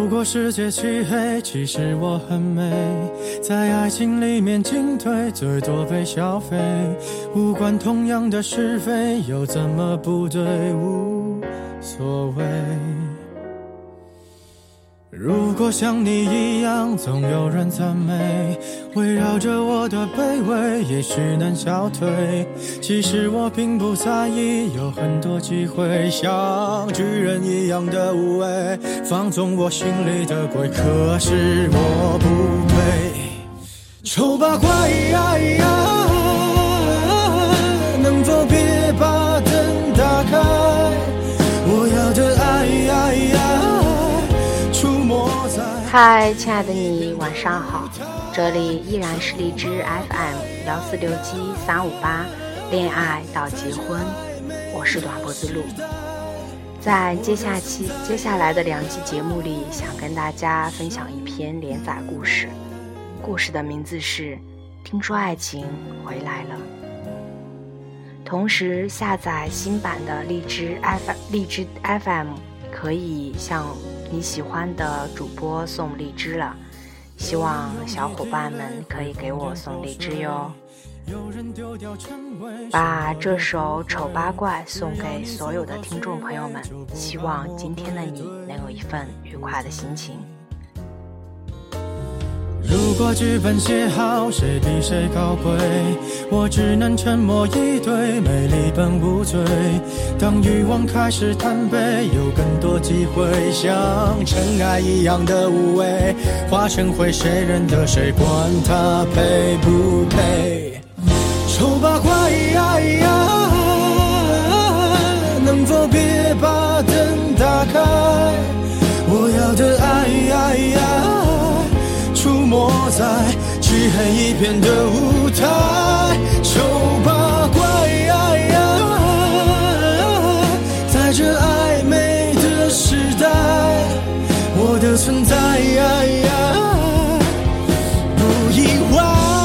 如果世界漆黑，其实我很美，在爱情里面进退，最多被消费，无关同样的是非，又怎么不对，无所谓。如果像你一样总有人赞美，围绕着我的卑微也许能消退，其实我并不在意，有很多机会像巨人一样的无畏，放纵我心里的鬼，可是我不配。丑八怪能否别把灯打开，我要的爱嗨，亲爱的你，晚上好，这里依然是荔枝 FM1467358，恋爱到结婚，我是短脖子鹿。在接下来的2期节目里，想跟大家分享一篇连载故事，故事的名字是听说爱情回来了。同时下载新版的荔枝 FM， 可以向你喜欢的主播送荔枝了，希望小伙伴们可以给我送荔枝哟。把这首丑八怪送给所有的听众朋友们，希望今天的你能有一份愉快的心情。 如果剧本写好，谁比谁高贵，我只能沉默以对，美丽本无罪。当欲望开始贪杯，有更多机会像尘埃一样的无畏，化成灰谁认得谁，管他配不配。丑八怪能否别把灯打开，我要的爱出没在漆黑一片的舞台。丑八怪在这暧昧的时代，我的存在不意外。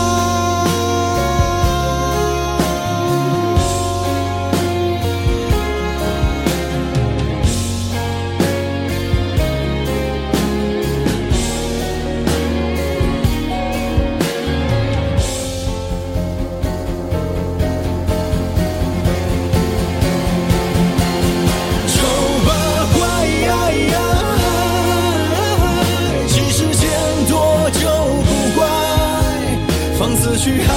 去爱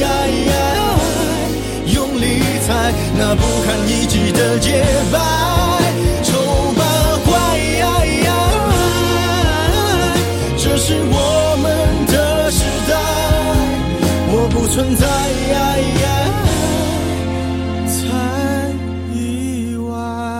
用力踩那不堪一击的洁白。丑八怪这是我们的时代，我不存在才意外。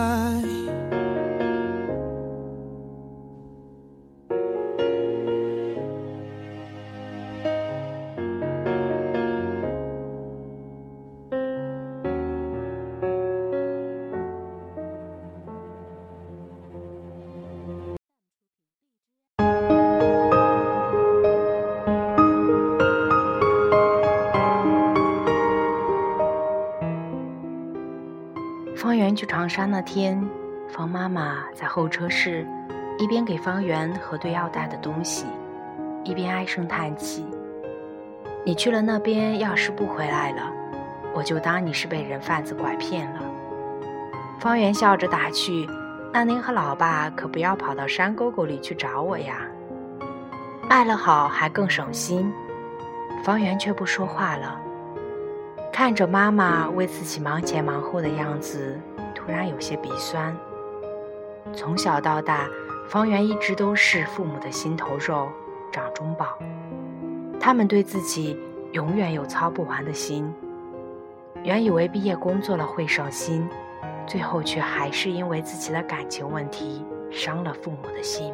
方圆去长沙那天，方妈妈在候车室一边给方圆核对要带的东西，一边唉声叹气。你去了那边，要是不回来了，我就当你是被人贩子拐骗了。方圆笑着打趣，那您和老爸可不要跑到山沟沟里去找我呀，爱了好还更省心。方圆却不说话了，看着妈妈为自己忙前忙后的样子，突然有些鼻酸。从小到大，方圆一直都是父母的心头肉，掌中宝，他们对自己永远有操不完的心。原以为毕业工作了会省心，最后却还是因为自己的感情问题伤了父母的心。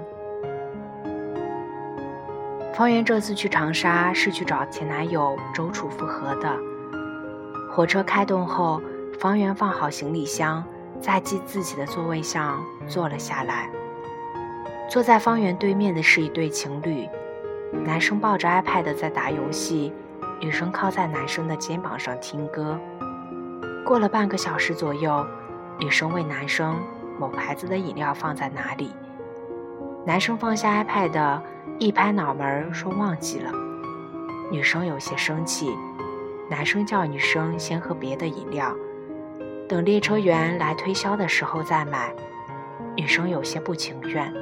方圆这次去长沙是去找前男友周楚复合的。火车开动后，方圆放好行李箱，在自己的座位上坐了下来。坐在方圆对面的是一对情侣，男生抱着 iPad 在打游戏，女生靠在男生的肩膀上听歌。过了半个小时左右，女生问男生某牌子的饮料放在哪里， 男生放下 iPad， 一拍脑门说忘记了。女生有些生气，男生叫女生先喝别的饮料，等列车员来推销的时候再买。女生有些不情愿。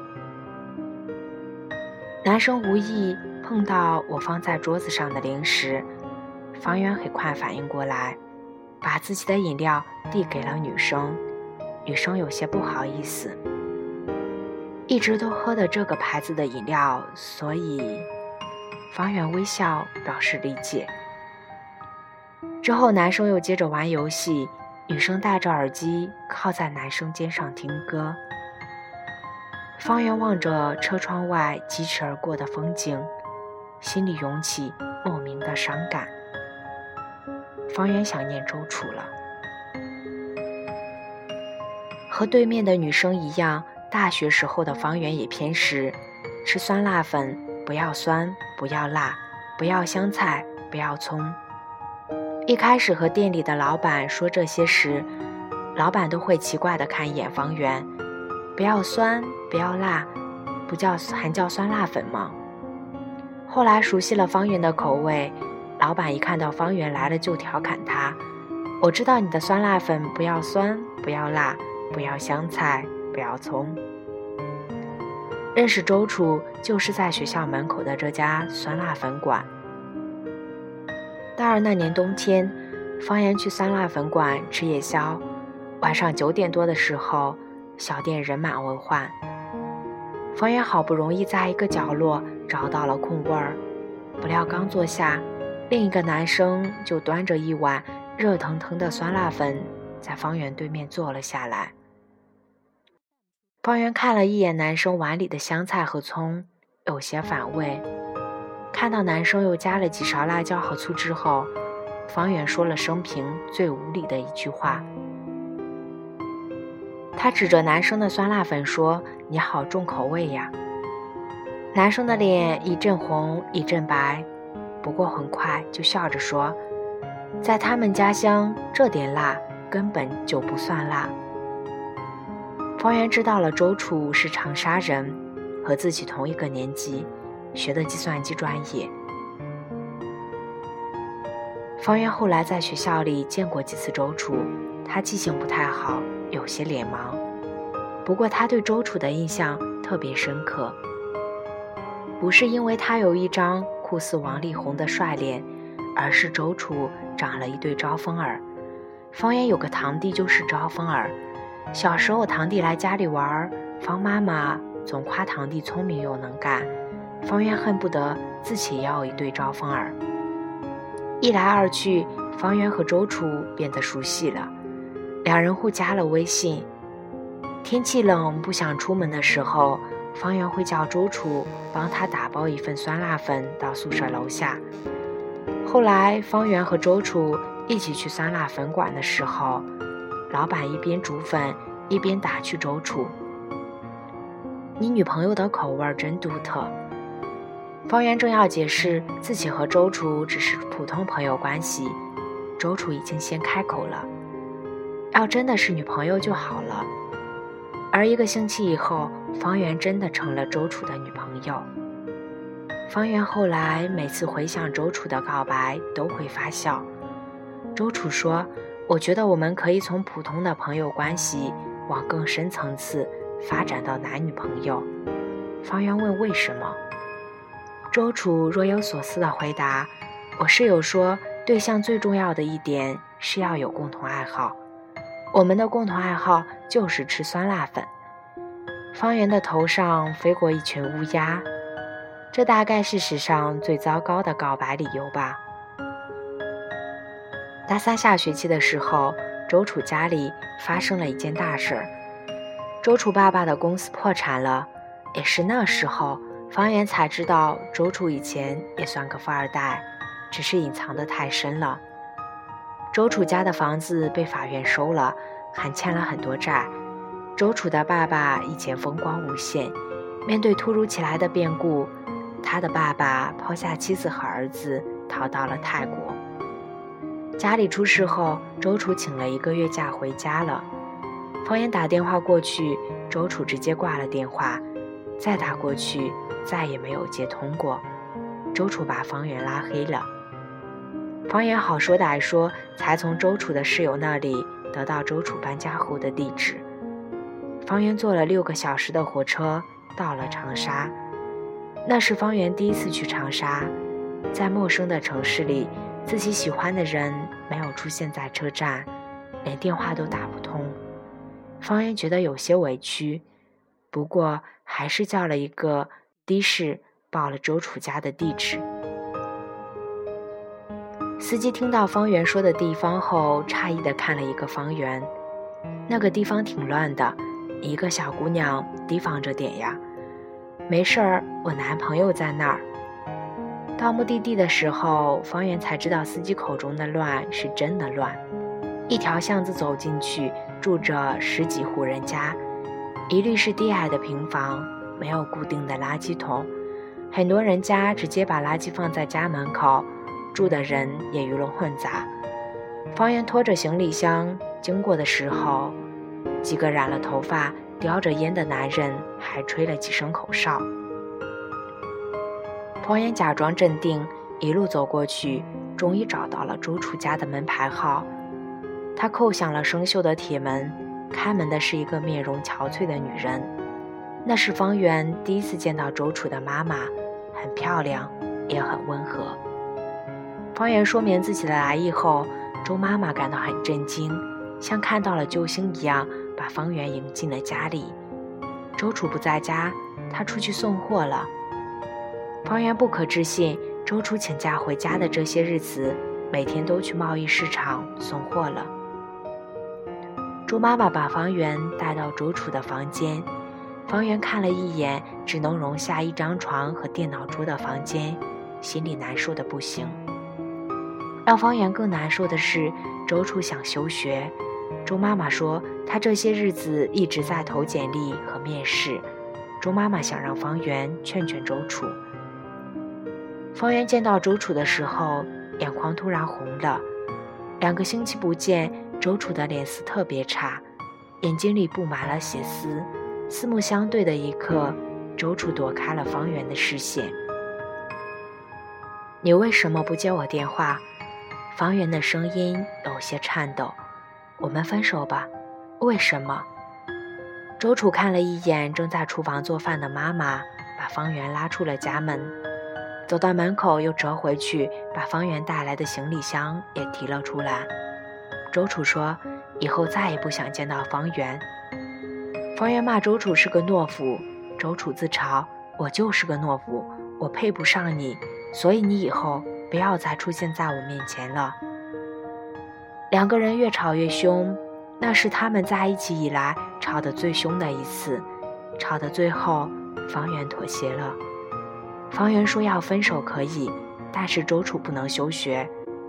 男生无意碰到我放在桌子上的零食，房员很快反应过来，把自己的饮料递给了女生。女生有些不好意思，一直都喝的这个牌子的饮料，所以房员微笑表示理解。之后男生又接着玩游戏，女生戴着耳机靠在男生肩上听歌。方圆望着车窗外疾驰而过的风景，心里涌起莫名的伤感。方圆想念周楚了。和对面的女生一样，大学时候的方圆也偏食，吃酸辣粉不要酸，不要辣，不要香菜，不要葱。一开始和店里的老板说这些时，老板都会奇怪地看一眼方圆，不要酸，不要辣，不叫还叫酸辣粉吗？后来熟悉了方圆的口味，老板一看到方圆来了就调侃他，我知道你的酸辣粉不要酸，不要辣，不要香菜，不要葱。认识周楚就是在学校门口的这家酸辣粉馆。大二那年冬天，方圆去酸辣粉馆吃夜宵，晚上9点多的时候，小店人满为患。方圆好不容易在一个角落找到了空位儿，不料刚坐下，另一个男生就端着一碗热腾腾的酸辣粉在方圆对面坐了下来。方圆看了一眼男生碗里的香菜和葱，有些反胃。看到男生又加了几勺辣椒和醋之后，方圆说了生平最无理的一句话。他指着男生的酸辣粉说，你好重口味呀。男生的脸一阵红一阵白，不过很快就笑着说，在他们家乡这点辣根本就不算辣。方圆知道了周楚是长沙人，和自己同一个年级，学的计算机专业。方圆后来在学校里见过几次周楚，他记性不太好，有些脸盲，不过他对周楚的印象特别深刻，不是因为他有一张酷似王力宏的帅脸，而是周楚长了一对招风耳。方圆有个堂弟就是招风耳，小时候堂弟来家里玩，方妈妈总夸堂弟聪明又能干，方圆恨不得自己也要一对招风耳。一来二去，方圆和周楚变得熟悉了，两人互加了微信。天气冷不想出门的时候，方圆会叫周楚帮他打包一份酸辣粉到宿舍楼下。后来方圆和周楚一起去酸辣粉馆的时候，老板一边煮粉一边打趣周楚，你女朋友的口味真独特。方圆正要解释自己和周楚只是普通朋友关系，周楚已经先开口了，要真的是女朋友就好了。而1个星期以后，方圆真的成了周楚的女朋友。方圆后来每次回想周楚的告白都会发笑。周楚说，我觉得我们可以从普通的朋友关系往更深层次发展到男女朋友。方圆问为什么，周楚若有所思地回答，我室友说对象最重要的一点是要有共同爱好，我们的共同爱好就是吃酸辣粉。方圆的头上飞过一群乌鸦，这大概是史上最糟糕的告白理由吧。大3下学期的时候，周楚家里发生了一件大事儿，周楚爸爸的公司破产了，也是那时候方圆才知道周楚以前也算个富二代，只是隐藏得太深了。周楚家的房子被法院收了，还欠了很多债。周楚的爸爸以前风光无限，面对突如其来的变故，他的爸爸抛下妻子和儿子逃到了泰国。家里出事后，周楚请了1个月假回家了。方圆打电话过去，周楚直接挂了电话， 再打过去再也没有接通过。周楚把方圆拉黑了。方圆好说歹说才从周楚的室友那里得到周楚搬家后的地址。方圆坐了6个小时的火车到了长沙。那是方圆第一次去长沙，在陌生的城市里，自己喜欢的人没有出现在车站，连电话都打不通。方圆觉得有些委屈，不过还是叫了一个的士报了周楚家的地址。司机听到方圆说的地方后，诧异地看了一个方圆。那个地方挺乱的，一个小姑娘提防着点呀。没事儿，我男朋友在那儿。到目的地的时候，方圆才知道司机口中的乱是真的乱。一条巷子走进去，住着10几户人家，一律是低矮的平房，没有固定的垃圾桶，很多人家直接把垃圾放在家门口，住的人也鱼龙混杂。方圆拖着行李箱经过的时候，几个染了头发叼着烟的男人还吹了几声口哨。方圆假装镇定，一路走过去，终于找到了周楚家的门牌号。他叩响了生锈的铁门，开门的是一个面容憔悴的女人。那是方圆第一次见到周楚的妈妈，很漂亮，也很温和。方圆说明自己的来意后，周妈妈感到很震惊，像看到了救星一样，把方圆迎进了家里。周楚不在家，他出去送货了。方圆不可置信，周楚请假回家的这些日子，每天都去贸易市场送货了。周妈妈把方圆带到周楚的房间，方圆看了一眼只能容下一张床和电脑桌的房间，心里难受的不行。让方圆更难受的是，周楚想休学。周妈妈说她这些日子一直在投简历和面试，周妈妈想让方圆劝劝周楚。方圆见到周楚的时候，眼眶突然红了。2个星期不见，周楚的脸色特别差，眼睛里布满了血丝。四目相对的一刻，周楚躲开了方圆的视线。你为什么不接我电话？方圆的声音有些颤抖。我们分手吧。为什么？周楚看了一眼正在厨房做饭的妈妈，把方圆拉出了家门。走到门口又折回去，把方圆带来的行李箱也提了出来。周楚说以后再也不想见到方圆。方圆骂周楚是个懦夫，周楚自嘲，我就是个懦夫，我配不上你，所以你以后不要再出现在我面前了。2个人越吵越凶，那是他们在一起以来吵得最凶的一次。吵到最后，方圆妥协了。方圆说要分手可以，但是周楚不能休学。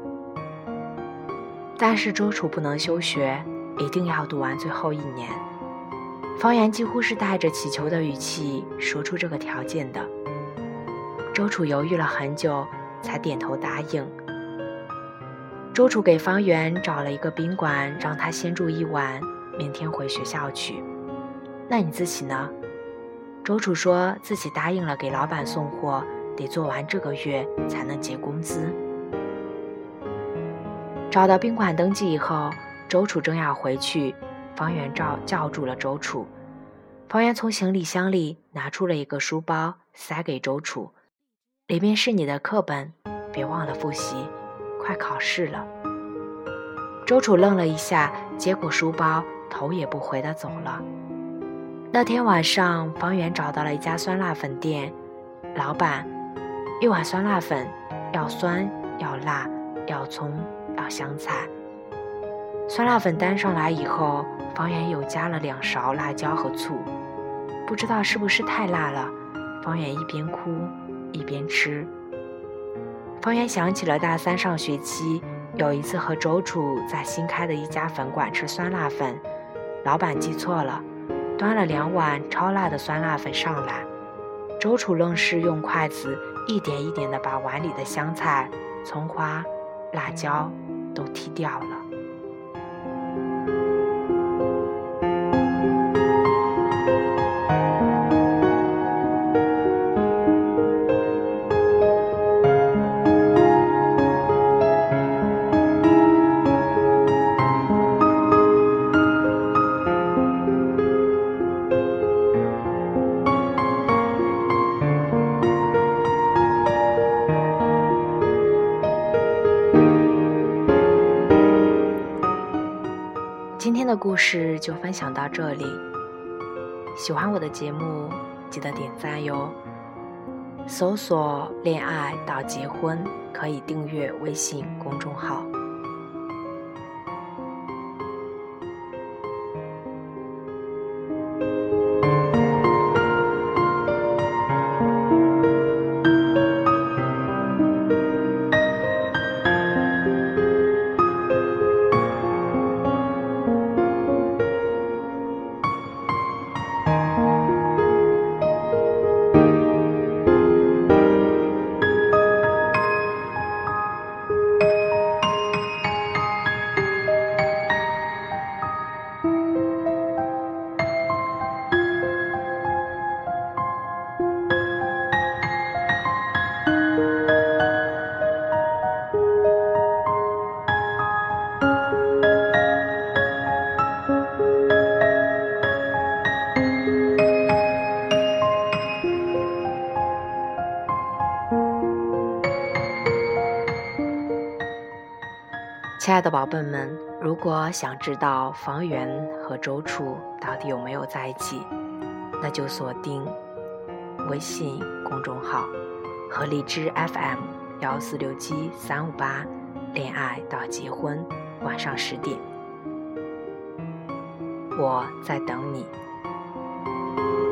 一定要读完最后1年。方圆几乎是带着祈求的语气说出这个条件的。周楚犹豫了很久，才点头答应。周楚给方圆找了一个宾馆，让他先住1晚，明天回学校去。那你自己呢？周楚说自己答应了给老板送货，得做完这个月才能结工资。找到宾馆登记以后，周楚正要回去，方圆叫住了周楚。方圆从行李箱里拿出了一个书包，塞给周楚，里面是你的课本，别忘了复习，快考试了。周楚愣了一下，接过书包，头也不回地走了。那天晚上，方圆找到了一家酸辣粉店，老板，1碗酸辣粉，要酸，要辣，要葱，要香菜。酸辣粉端上来以后，方圆又加了2勺辣椒和醋，不知道是不是太辣了，方圆一边哭一边吃。方圆想起了大3上学期，有一次和周楚在新开的一家粉馆吃酸辣粉，老板记错了，端了2碗超辣的酸辣粉上来，周楚愣是用筷子一点一点地把碗里的香菜、葱花、辣椒都剔掉了。 故事就分享到这里，喜欢我的节目记得点赞哟。搜索恋爱到结婚可以订阅微信公众号。亲爱的宝贝们，如果想知道方圆和周处到底有没有在一起，那就锁定微信公众号和荔枝 FM1467358恋爱到结婚，晚上10点，我在等你。